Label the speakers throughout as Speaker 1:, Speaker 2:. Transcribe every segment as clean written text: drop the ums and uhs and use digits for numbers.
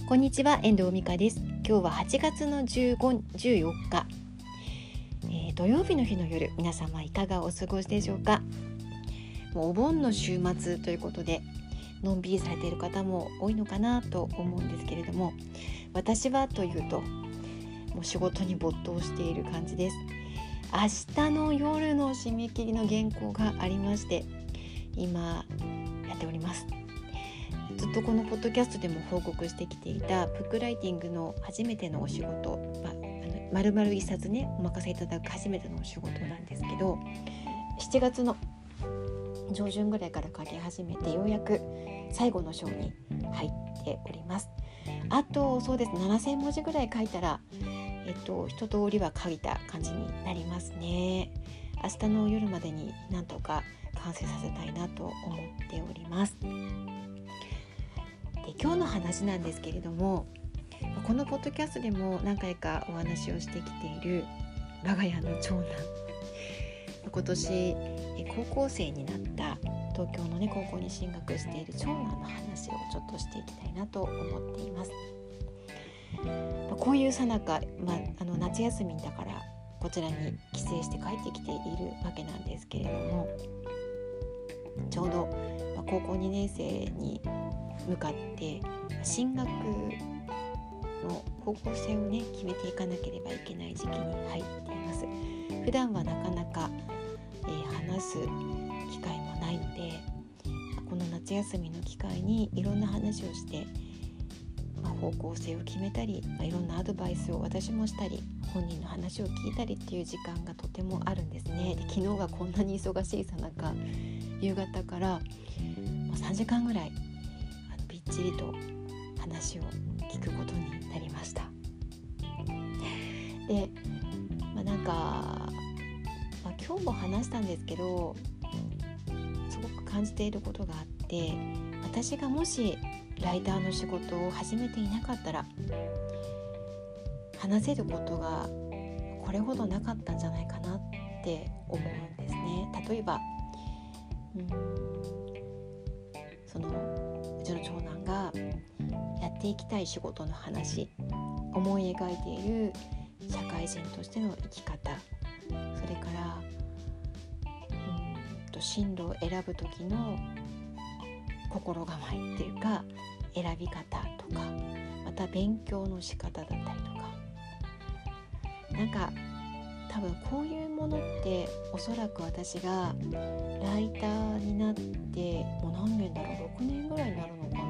Speaker 1: こんにちは、遠藤美香です。今日は8月の15、14日、土曜日の日の夜、皆様いかがお過ごしでしょうか。もうお盆の週末ということで、のんびりされている方も多いのかなと思うんですけれども、私はというと、もう仕事に没頭している感じです。明日の夜の締め切りの原稿がありまして、今やっております。ずっとこのポッドキャストでも報告してきていたブックライティングの初めてのお仕事、丸々一冊ねお任せいただく初めてのお仕事なんですけど、7月の上旬ぐらいから書き始めて、ようやく最後の章に入っております。あとそうです、7000文字ぐらい書いたら、一通りは書いた感じになりますね。明日の夜までになんとか完成させたいなと思っております。で、今日の話なんですけれども、このポッドキャストでも何回かお話をしてきている我が家の長男、今年高校生になった東京の高校に進学している長男の話をちょっとしていきたいなと思っています。こういうさなか、夏休みだからこちらに帰省して帰ってきているわけなんですけれども、ちょうど高校2年生に向かって進学の方向性を決めていかなければいけない時期に入っています。普段はなかなか、話す機会もないので、この夏休みの機会にいろんな話をして、方向性を決めたり、いろんなアドバイスを私もしたり、本人の話を聞いたりっていう時間がとてもあるんですね。で、昨日がこんなに忙しいさなか、夕方から3時間ぐらいびっちりと話を聞くことになりました。で、今日も話したんですけど、すごく感じていることがあって、私がもしライターの仕事を始めていなかったら、話せることがこれほどなかったんじゃないかなって思うんですね。例えばうちの長男がやっていきたい仕事の話、思い描いている社会人としての生き方、それから進路を選ぶ時の心構えっていうか選び方とか、また勉強の仕方だったりとか、多分こういうものっておそらく私がライターになってもう何年だろう、6年ぐらいになるのか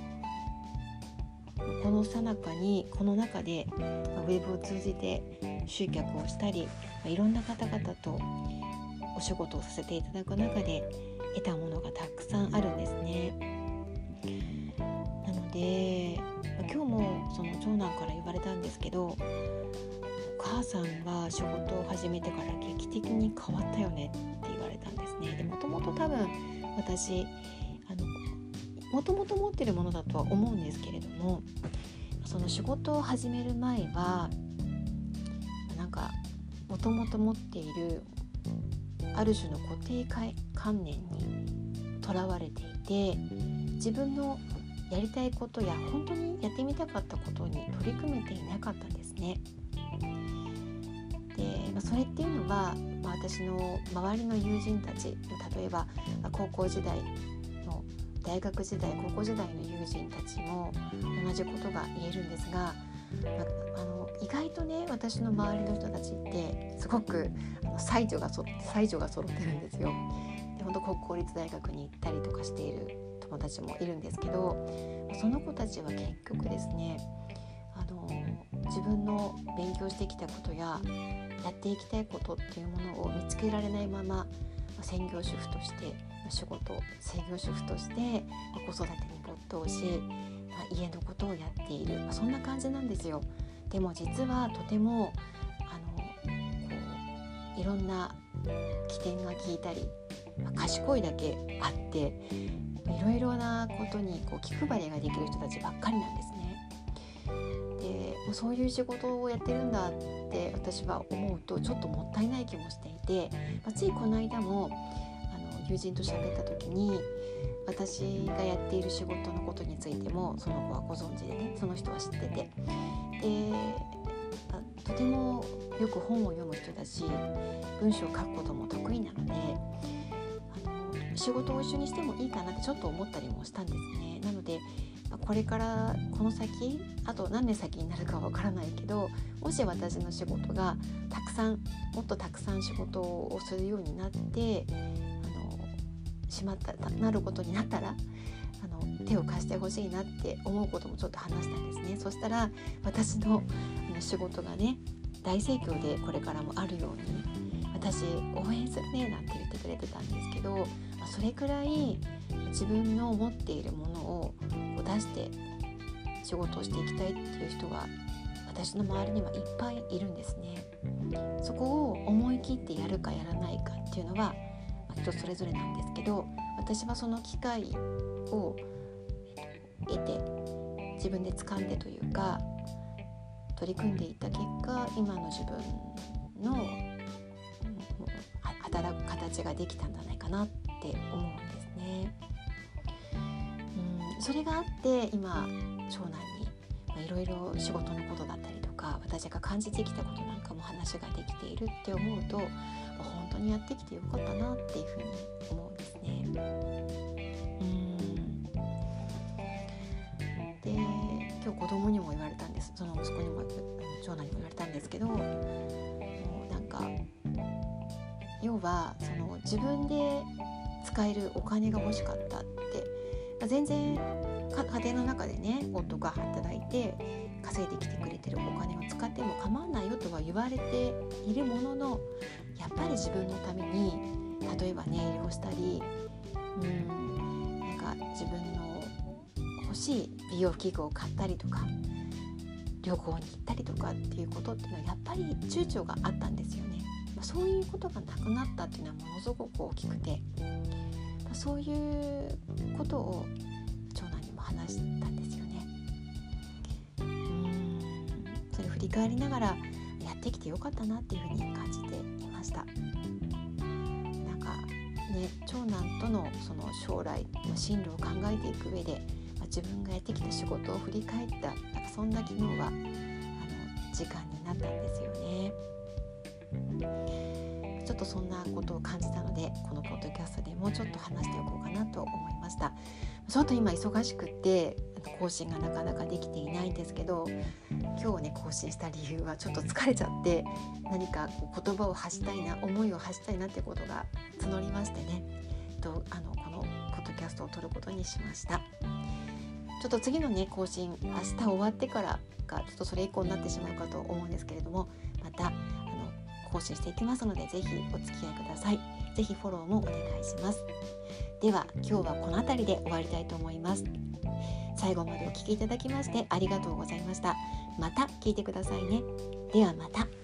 Speaker 1: な。この中でウェブを通じて集客をしたり、いろんな方々とお仕事をさせていただく中で得たものがたくさんあるんですね。なので今日もその長男から言われたんですけど、お母さんは仕事を始めてから劇的に変わったよねって言われたんですね。で、もともと多分私もともと持ってるものだとは思うんですけれども、その仕事を始める前はもともと持っているある種の固定観念にとらわれていて、自分のやりたいことや本当にやってみたかったことに取り組めていなかったんですね。で、それっていうのは、私の周りの友人たち、例えば高校時代の大学時代、高校時代の友人たちも同じことが言えるんですが、意外と私の周りの人たちってすごく才女が揃ってるんですよ。で、本当国立大学に行ったりとかしている友達もいるんですけど、その子たちは結局ですね、自分の勉強してきたことややっていきたいことっていうものを見つけられないまま、専業主婦として仕事、専業主婦として子育てに没頭し、家のことをやっている、そんな感じなんですよ。でも実はとてもいろんな起点が効いたり、賢いだけあっていろいろなことに気配りができる人たちばっかりなんですね。で、そういう仕事をやってるんだって私は思うとちょっともったいない気もしていて、ついこの間も友人と喋った時に、私がやっている仕事のことについてもその子はご存知でね、その人は知ってて、でとてもよく本を読む人だし、文章を書くことも得意なので、仕事を一緒にしてもいいかなってちょっと思ったりもしたんですね。なのでこれからこの先、あと何年先になるかわからないけど、もし私の仕事がもっとたくさん仕事をするようになってなることになったら、手を貸してほしいなって思うこともちょっと話したんですね。そしたら私の仕事がね、大盛況でこれからもあるように、私応援するねなんて言ってくれてたんですけど、それくらい自分の持っているものを出して仕事をしていきたいっていう人が私の周りにはいっぱいいるんですね。そこを思い切ってやるかやらないかっていうのは、人それぞれなんですけど、私はその機会を得て自分で掴んでというか取り組んでいった結果、今の自分の働く形ができたんじゃないかなって思うんですね。それがあって今長男にいろいろ仕事のことだったりとか、私が感じてきたことなんかも話ができているって思うと、本当にやってきてよかったなっていうふうに思うんですね。で、今日子供にも言われたんです。その息子にも長男にも言われたんですけど、なんか要はその自分で使えるお金が欲しかったって、全然家庭の中でね、夫が働いて稼いできてくれてるお金を使っても構わないよとは言われているものの、やっぱり自分のために例えばネイルをしたり、なんか自分の欲しい美容器具を買ったりとか、旅行に行ったりとかっていうことっていうのはやっぱり躊躇があったんですよね。そういうことがなくなったっていうのはものすごく大きくて、そういうことを長男にも話したんですよね。それを振り返りながらやってきてよかったなっていうふうに感じていました。なんかね、長男とのその将来の進路を考えていく上で、自分がやってきた仕事を振り返った、なんかそんな昨日は時間になったんですよね。ちょっとそんなことを感じたので、このポッドキャストでもうちょっと話しておこうかなと思いました。ちょっと今忙しくって更新がなかなかできていないんですけど、今日ね更新した理由はちょっと疲れちゃって、何か言葉を発したいな、思いを発したいなってことが募りましてね、このポッドキャストを撮ることにしました。ちょっと次のね更新、明日終わってからか、ちょっとそれ以降になってしまうかと思うんですけれども、また更新していきますので、ぜひお付き合いください。ぜひフォローもお願いします。では今日はこの辺りで終わりたいと思います。最後までお聞きいただきましてありがとうございました。また聞いてくださいね。ではまた。